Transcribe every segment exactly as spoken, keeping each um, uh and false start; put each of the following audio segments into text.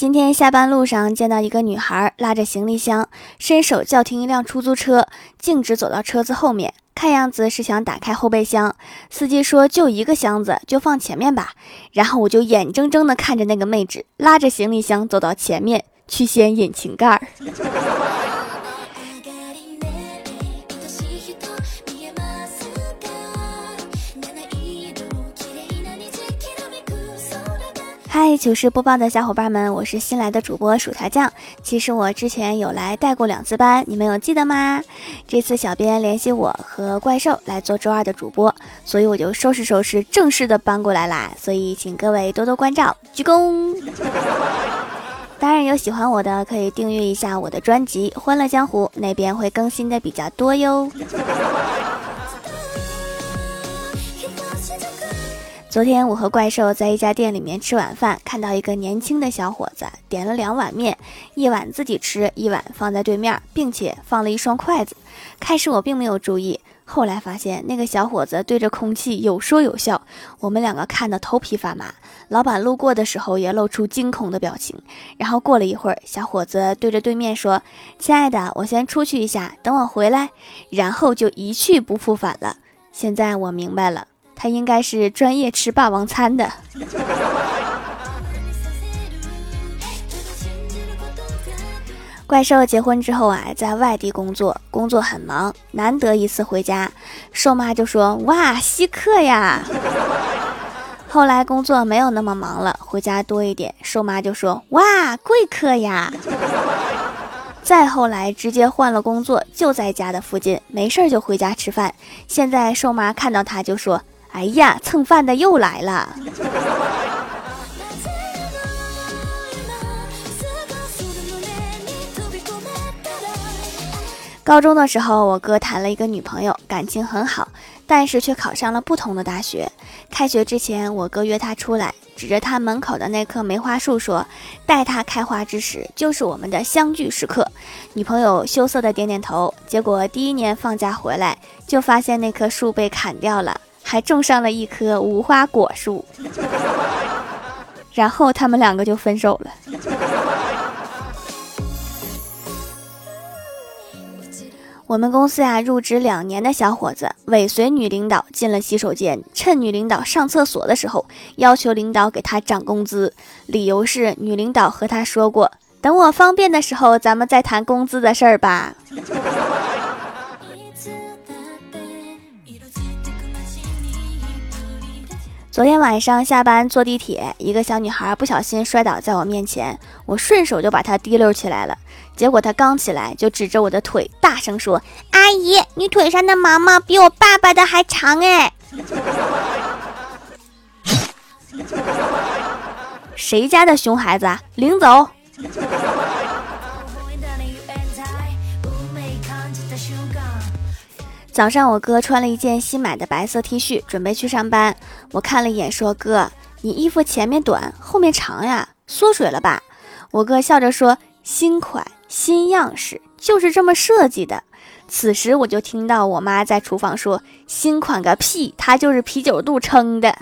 今天下班路上见到一个女孩拉着行李箱，伸手叫停一辆出租车，径直走到车子后面，看样子是想打开后备箱。司机说就一个箱子，就放前面吧。然后我就眼睁睁地看着那个妹纸拉着行李箱走到前面去掀引擎盖。嗨，糗事播报的小伙伴们，我是新来的主播薯条酱。其实我之前有来带过两次班，你们有记得吗？这次小编联系我和怪兽来做周二的主播，所以我就收拾收拾，正式的搬过来啦。所以请各位多多关照，鞠躬。当然有喜欢我的可以订阅一下我的专辑《欢乐江湖》，那边会更新的比较多哟。昨天我和怪兽在一家店里面吃晚饭，看到一个年轻的小伙子点了两碗面，一碗自己吃，一碗放在对面，并且放了一双筷子。开始我并没有注意，后来发现那个小伙子对着空气有说有笑，我们两个看得头皮发麻。老板路过的时候也露出惊恐的表情。然后过了一会儿，小伙子对着对面说：“亲爱的，我先出去一下，等我回来。”然后就一去不复返了。现在我明白了，他应该是专业吃霸王餐的。怪兽结婚之后啊，在外地工作，工作很忙，难得一次回家，兽妈就说：“哇，稀客呀！”后来工作没有那么忙了，回家多一点，兽妈就说：“哇，贵客呀！”再后来直接换了工作，就在家的附近，没事就回家吃饭。现在兽妈看到他就说：“哎呀，蹭饭的又来了。”高中的时候，我哥谈了一个女朋友，感情很好，但是却考上了不同的大学。开学之前，我哥约他出来，指着他门口的那棵梅花树说：“待它开花之时，就是我们的相聚时刻。”女朋友羞涩的点点头。结果第一年放假回来，就发现那棵树被砍掉了，还种上了一棵无花果树。然后他们两个就分手了。我们公司呀、啊，入职两年的小伙子尾随女领导进了洗手间，趁女领导上厕所的时候，要求领导给他涨工资，理由是女领导和他说过，等我方便的时候，咱们再谈工资的事儿吧。昨天晚上下班坐地铁，一个小女孩不小心摔倒在我面前，我顺手就把她提溜起来了。结果她刚起来就指着我的腿大声说：“阿姨，你腿上的毛毛比我爸爸的还长哎！”谁家的熊孩子啊？领走！早上我哥穿了一件新买的白色 T 恤，准备去上班。我看了一眼说：“哥，你衣服前面短后面长呀，缩水了吧？”我哥笑着说：“新款新样式，就是这么设计的。”此时我就听到我妈在厨房说：“新款个屁，它就是啤酒肚撑的。”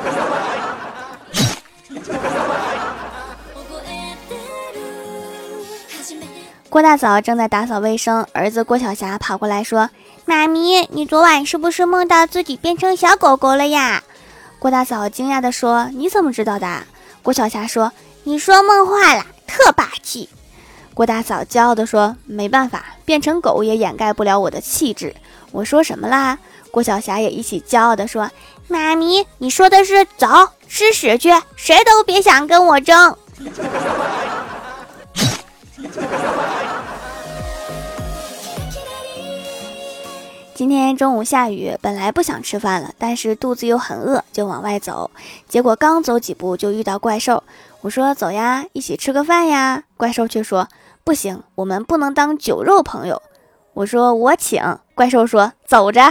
郭大嫂正在打扫卫生，儿子郭晓霞跑过来说：“妈咪，你昨晚是不是梦到自己变成小狗狗了呀？”郭大嫂惊讶地说：“你怎么知道的？”郭晓霞说：“你说梦话了，特霸气。”郭大嫂骄傲地说：“没办法，变成狗也掩盖不了我的气质。”我说什么啦？郭晓霞也一起骄傲地说：“妈咪，你说的是走吃屎去，谁都别想跟我争。”今天中午下雨，本来不想吃饭了，但是肚子又很饿，就往外走。结果刚走几步就遇到怪兽，我说：“走呀，一起吃个饭呀。”怪兽却说：“不行，我们不能当酒肉朋友。”我说：“我请。”怪兽说：“走着。”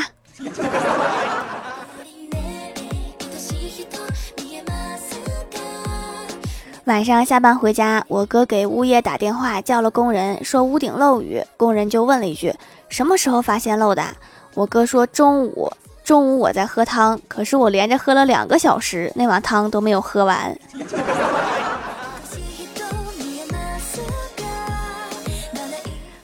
晚上下班回家，我哥给物业打电话叫了工人，说屋顶漏雨。工人就问了一句：“什么时候发现漏的？”我哥说：“中午。”中午我在喝汤，可是我连着喝了两个小时，那碗汤都没有喝完。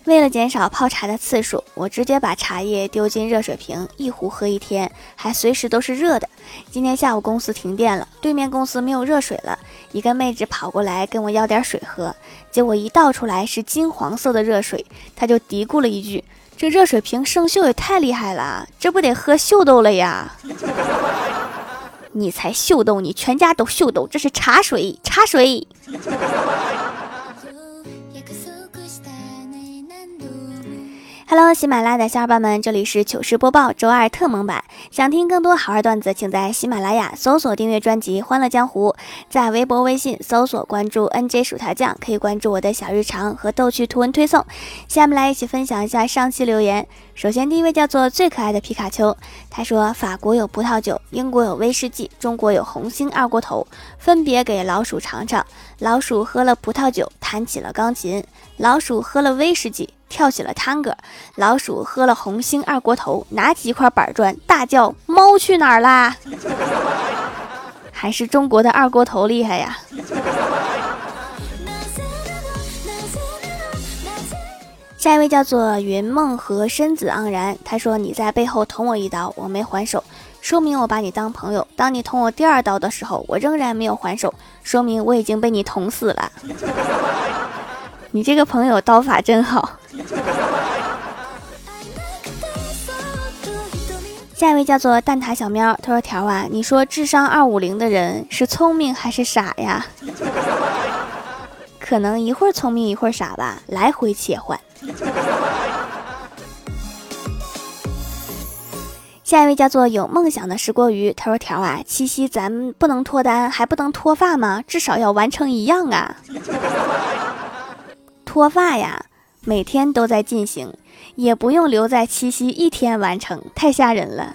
为了减少泡茶的次数，我直接把茶叶丢进热水瓶，一壶喝一天，还随时都是热的。今天下午公司停电了，对面公司没有热水了，一个妹子跑过来跟我要点水喝，结果一倒出来是金黄色的热水，她就嘀咕了一句：这热水瓶生锈也太厉害了，这不得喝秀豆了呀。你才秀豆，你全家都秀豆，这是茶水，茶水。Hello， 喜马拉雅的小伙伴们，这里是糗事播报周二特蒙版。想听更多好玩段子，请在喜马拉雅搜索订阅专辑《欢乐江湖》，在微博、微信搜索关注 N J 薯条酱，可以关注我的小日常和逗趣图文推送。下面来一起分享一下上期留言。首先第一位叫做最可爱的皮卡丘，他说法国有葡萄酒，英国有威士忌，中国有红星二锅头，分别给老鼠尝尝。老鼠喝了葡萄酒，弹起了钢琴；老鼠喝了威士忌，跳起了探戈；老鼠喝了红星二锅头，拿起一块板砖大叫猫去哪儿啦。还是中国的二锅头厉害呀。下一位叫做云梦和身子盎然，他说你在背后捅我一刀，我没还手，说明我把你当朋友。当你捅我第二刀的时候，我仍然没有还手，说明我已经被你捅死了。你这个朋友刀法真好。下一位叫做蛋挞小喵，他说条啊，你说智商二五零的人是聪明还是傻呀？可能一会儿聪明一会儿傻吧，来回切换。下一位叫做有梦想的石锅鱼，他说条啊，七夕咱们不能脱单还不能脱发吗？至少要完成一样啊。脱发呀，每天都在进行，也不用留在七夕一天完成，太吓人了。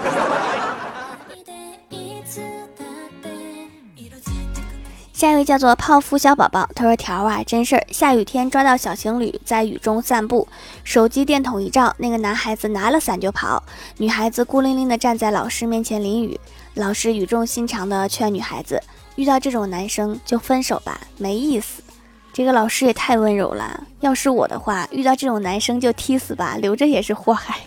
下一位叫做泡芙小宝宝，他说条啊，真事儿，下雨天抓到小情侣在雨中散步，手机电筒一照，那个男孩子拿了伞就跑，女孩子孤零零的站在老师面前淋雨，老师语重心长的劝女孩子，遇到这种男生就分手吧，没意思。这个老师也太温柔了，要是我的话，遇到这种男生就踢死吧，留着也是祸害。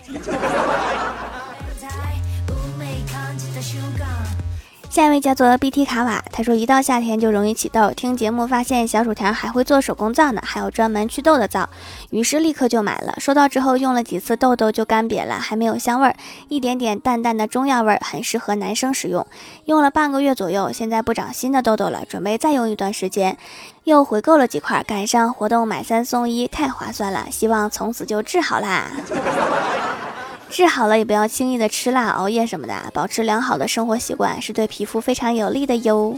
下一位叫做 B T 卡瓦，他说一到夏天就容易起痘，听节目发现小薯条还会做手工皂呢，还有专门祛痘的皂，于是立刻就买了。收到之后用了几次，痘痘就干瘪了，还没有香味儿，一点点淡淡的中药味儿，很适合男生使用。用了半个月左右，现在不长新的痘痘了，准备再用一段时间。又回购了几块，赶上活动买三送一，太划算了，希望从此就治好啦。治好了也不要轻易的吃辣熬夜什么的，保持良好的生活习惯是对皮肤非常有利的哟。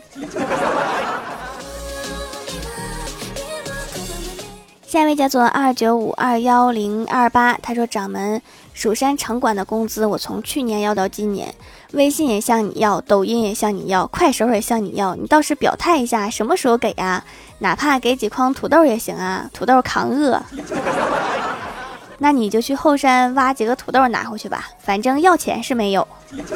下一位叫做二九五二幺零二八，他说掌门，蜀山城管的工资我从去年要到今年，微信也向你要，抖音也向你要，快手也向你要，你倒是表态一下什么时候给啊，哪怕给几筐土豆也行啊，土豆扛饿。那你就去后山挖几个土豆拿回去吧，反正要钱是没有。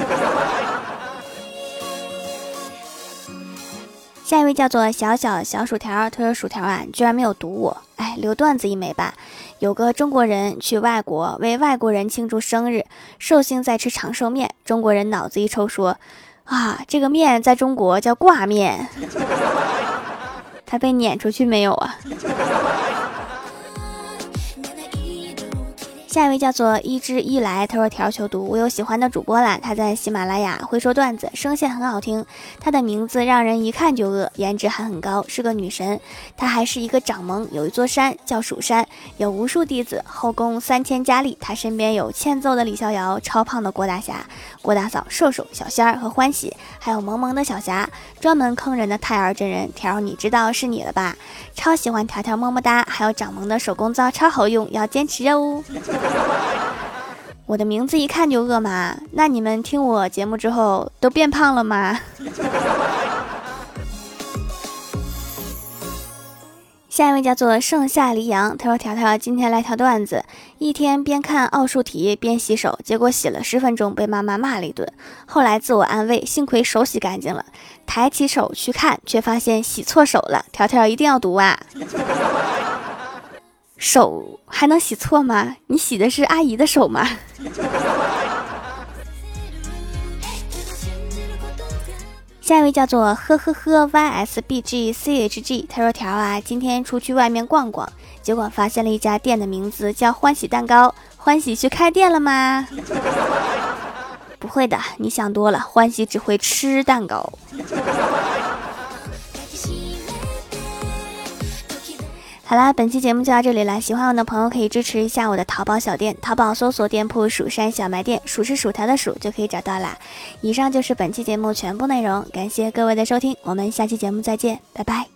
下一位叫做小小小薯条，他说薯条啊，居然没有读我，哎，留段子一枚吧。有个中国人去外国为外国人庆祝生日，寿星在吃长寿面，中国人脑子一抽说啊，这个面在中国叫挂面。他被撵出去没有啊？下一位叫做一之一来，他说条求读，我有喜欢的主播啦，他在喜马拉雅会说段子，声线很好听，他的名字让人一看就饿，颜值还很高，是个女神，他还是一个掌门，有一座山叫蜀山，有无数弟子，后宫三千佳丽，他身边有欠揍的李逍遥，超胖的郭大侠，郭大嫂，瘦瘦，小仙儿和欢喜，还有萌萌的小霞，专门坑人的太儿真人条，你知道是你了吧？超喜欢条条，么么哒，还有掌门的手工皂超好用，要坚持哦。我的名字一看就饿吗？那你们听我节目之后都变胖了吗？下一位叫做盛夏黎阳，他说条条今天来条段子，一天边看奥数题边洗手，结果洗了十分钟被妈妈骂了一顿，后来自我安慰幸亏手洗干净了，抬起手去看却发现洗错手了，条条一定要读啊。 手还能洗错吗？你洗的是阿姨的手吗？下一位叫做呵呵呵 Y S B G C H G， 他说条啊，今天出去外面逛逛，结果发现了一家店的名字叫欢喜蛋糕，欢喜去开店了吗？不会的，你想多了，欢喜只会吃蛋糕。好啦，本期节目就到这里了。喜欢我的朋友可以支持一下我的淘宝小店，淘宝搜索店铺蜀山小卖店，蜀是薯条的蜀就可以找到啦。以上就是本期节目全部内容，感谢各位的收听，我们下期节目再见，拜拜。